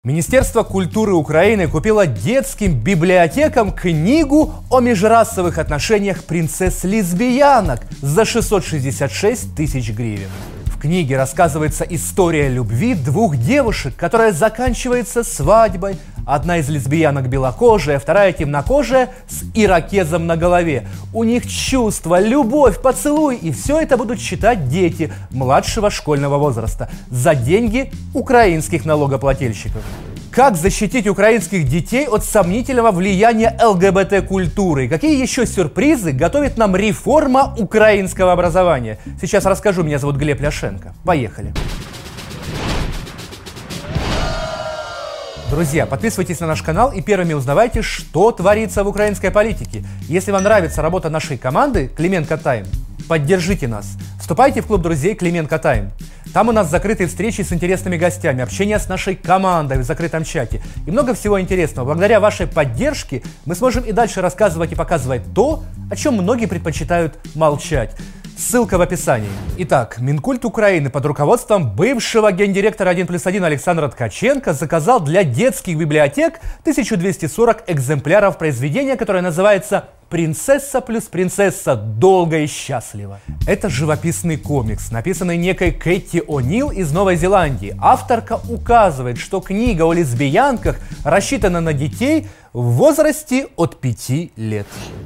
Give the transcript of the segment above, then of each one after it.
Министерство культуры Украины купило детским библиотекам книгу о межрасовых отношениях принцесс-лесбиянок за 666 тысяч гривен. В книге рассказывается история любви двух девушек, которая заканчивается свадьбой. Одна из лесбиянок белокожая, вторая темнокожая с ирокезом на голове. У них чувства, любовь, поцелуй, и все это будут читать дети младшего школьного возраста за деньги украинских налогоплательщиков. Как защитить украинских детей от сомнительного влияния ЛГБТ-культуры? Какие еще сюрпризы готовит нам реформа украинского образования? Сейчас расскажу, меня зовут Глеб Ляшенко. Поехали. Друзья, подписывайтесь на наш канал и первыми узнавайте, что творится в украинской политике. Если вам нравится работа нашей команды Клименко Тайм, поддержите нас. Вступайте в клуб друзей Клименко Тайм. Там у нас закрытые встречи с интересными гостями, общение с нашей командой в закрытом чате и много всего интересного. Благодаря вашей поддержке мы сможем и дальше рассказывать и показывать то, о чем многие предпочитают молчать. Ссылка в описании. Итак, Минкульт Украины под руководством бывшего гендиректора 1+1 Александра Ткаченко заказал для детских библиотек 1240 экземпляров произведения, которое называется «Принцесса плюс принцесса. Долго и счастливо». Это живописный комикс, написанный некой Кэти О'Нил из Новой Зеландии. Авторка указывает, что книга о лесбиянках рассчитана на детей в возрасте от 5 лет.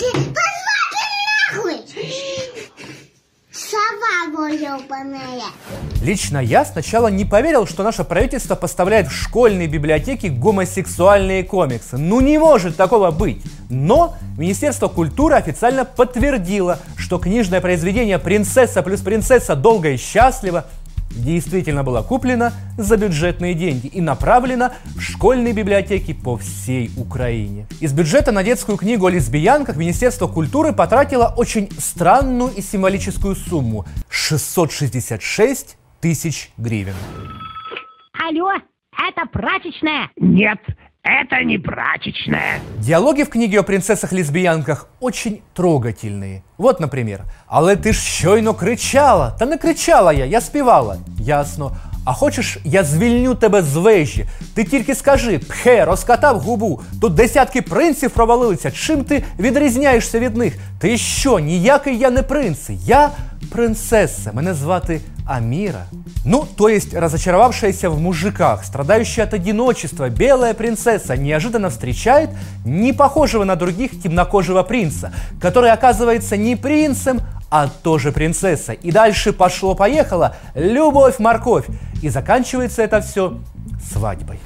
Лично я сначала не поверил, что наше правительство поставляет в школьные библиотеки гомосексуальные комиксы. Ну не может такого быть! Но Министерство культуры официально подтвердило, что книжное произведение «Принцесса плюс принцесса. Долго и счастливо» действительно было куплено за бюджетные деньги и направлено в школьные библиотеки по всей Украине. Из бюджета на детскую книгу о лесбиянках Министерство культуры потратило очень странную и символическую сумму – 666 тысяч гривен. Алло, это прачечная? Нет, это не прачечная. Диалоги в книге о принцессах-лесбиянках очень трогательные. Вот, например, «Але ти ж щойно кричала». Та не кричала я співала. Ясно. А хочеш, я звільню тебе з вежі? Ти тільки скажи, пхе, розкатав губу. Тут десятки принців провалилися. Чим ти відрізняєшся від них? Ти що, ніякий я не принц. Я принцесса. Мене звати Амира. Ну, то есть разочаровавшаяся в мужиках, страдающая от одиночества, белая принцесса неожиданно встречает не похожего на других темнокожего принца, который оказывается не принцем, а тоже принцесса. И дальше пошло-поехало, любовь-морковь. И заканчивается это все свадьбой.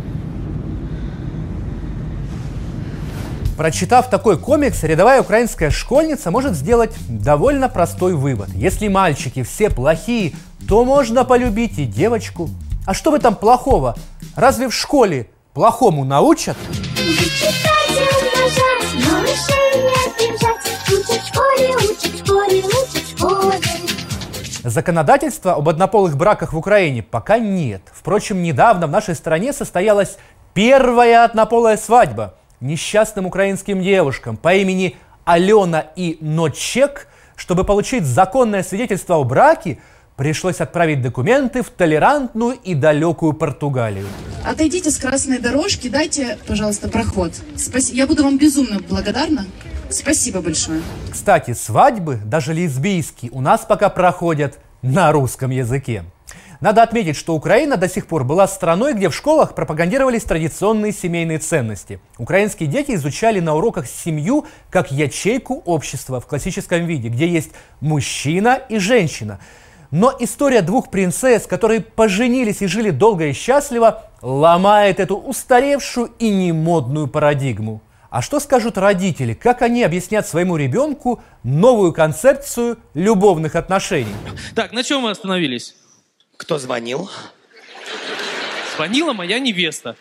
Прочитав такой комикс, рядовая украинская школьница может сделать довольно простой вывод. Если мальчики все плохие, то можно полюбить и девочку. А что в этом плохого? Разве в школе плохому научат? Законодательства об однополых браках в Украине пока нет. Впрочем, недавно в нашей стране состоялась первая однополая свадьба несчастным украинским девушкам по имени Алена и Ночек. Чтобы получить законное свидетельство о браке, пришлось отправить документы в толерантную и далекую Португалию. Отойдите с красной дорожки, дайте, пожалуйста, проход. Я буду вам безумно благодарна. Спасибо большое. Кстати, свадьбы, даже лесбийские, у нас пока проходят на русском языке. Надо отметить, что Украина до сих пор была страной, где в школах пропагандировались традиционные семейные ценности. Украинские дети изучали на уроках семью как ячейку общества в классическом виде, где есть мужчина и женщина. Но история двух принцесс, которые поженились и жили долго и счастливо, ломает эту устаревшую и немодную парадигму. А что скажут родители? Как они объяснят своему ребенку новую концепцию любовных отношений? Так, на чем мы остановились? Кто звонил? Звонила моя невеста.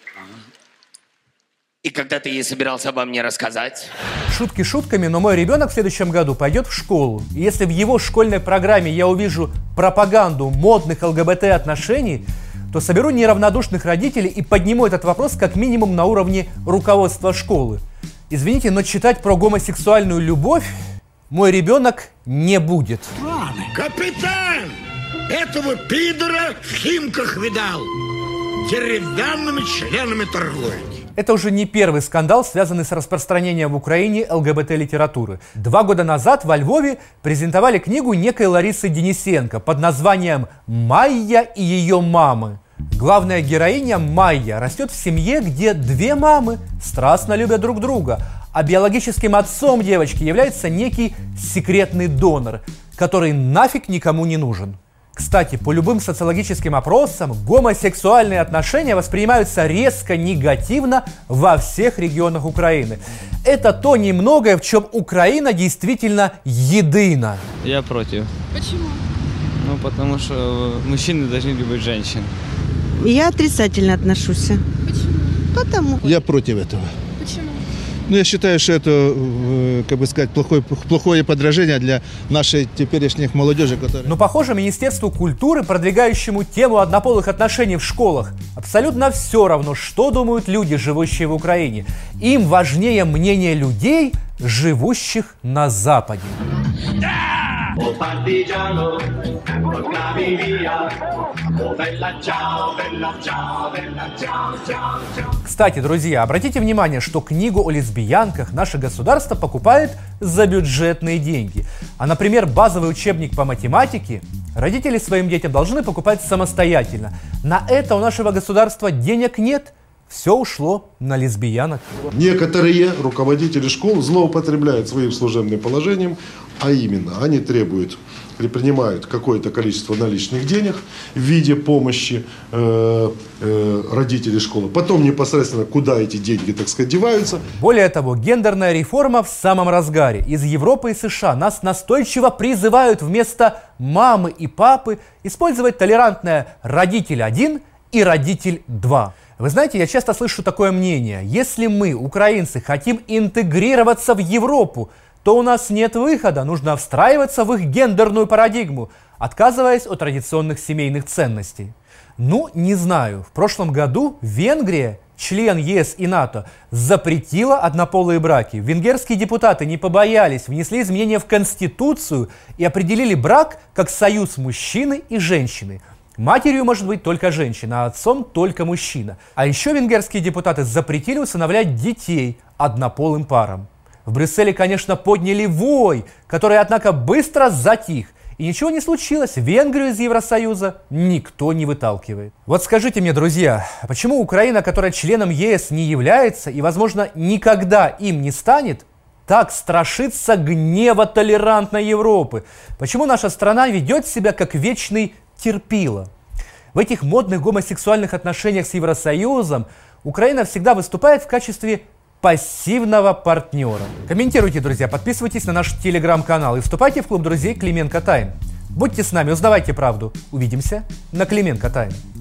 И когда ты ей собирался обо мне рассказать? Шутки шутками, но мой ребенок в следующем году пойдет в школу. И если в его школьной программе я увижу пропаганду модных ЛГБТ-отношений, то соберу неравнодушных родителей и подниму этот вопрос как минимум на уровне руководства школы. Извините, но читать про гомосексуальную любовь мой ребенок не будет. Капитан! Этого пидора в Химках видал. деревянными членами торгуете. Это уже не первый скандал, связанный с распространением в Украине ЛГБТ-литературы. 2 года назад во Львове презентовали книгу некой Ларисы Денисенко под названием «Майя и ее мамы». Главная героиня Майя растет в семье, где 2 мамы страстно любят друг друга, а биологическим отцом девочки является некий секретный донор, который нафиг никому не нужен. Кстати, по любым социологическим опросам гомосексуальные отношения воспринимаются резко негативно во всех регионах Украины. Это то немногое, в чем Украина действительно едина. Я против. Почему? Ну, потому что мужчины должны любить женщин. Я отрицательно отношусь. Почему? Потому. Я против этого. Почему? Ну, я считаю, что это, как бы сказать, плохое подражение для нашей теперешних молодежи, которая... Но, похоже, Министерству культуры, продвигающему тему однополых отношений в школах, абсолютно все равно, что думают люди, живущие в Украине. Им важнее мнение людей, живущих на Западе. Кстати, друзья, обратите внимание, что книгу о лесбиянках наше государство покупает за бюджетные деньги. А, например, базовый учебник по математике родители своим детям должны покупать самостоятельно. На это у нашего государства денег нет. Все ушло на лесбиянок. Некоторые руководители школ злоупотребляют своим служебным положением, а именно они требуют или принимают какое-то количество наличных денег в виде помощи родителей школы. Потом непосредственно куда эти деньги, так сказать, деваются. Более того, гендерная реформа в самом разгаре. Из Европы и США нас настойчиво призывают вместо мамы и папы использовать толерантное «родитель 1» и «родитель 2». Вы знаете, я часто слышу такое мнение: если мы, украинцы, хотим интегрироваться в Европу, то у нас нет выхода, нужно встраиваться в их гендерную парадигму, отказываясь от традиционных семейных ценностей. Ну, не знаю. В прошлом году Венгрия, член ЕС и НАТО, запретила однополые браки. Венгерские депутаты не побоялись, внесли изменения в Конституцию и определили брак как союз мужчины и женщины. Матерью может быть только женщина, а отцом только мужчина. А еще венгерские депутаты запретили усыновлять детей однополым парам. В Брюсселе, конечно, подняли вой, который, однако, быстро затих. И ничего не случилось, Венгрию из Евросоюза никто не выталкивает. Вот скажите мне, друзья, почему Украина, которая членом ЕС не является и, возможно, никогда им не станет, так страшится гнева толерантной Европы? Почему наша страна ведет себя как вечный терпила? В этих модных гомосексуальных отношениях с Евросоюзом Украина всегда выступает в качестве пассивного партнера. Комментируйте, друзья, подписывайтесь на наш телеграм-канал и вступайте в клуб друзей Клименко Тайм. Будьте с нами, узнавайте правду. Увидимся на Клименко Тайм.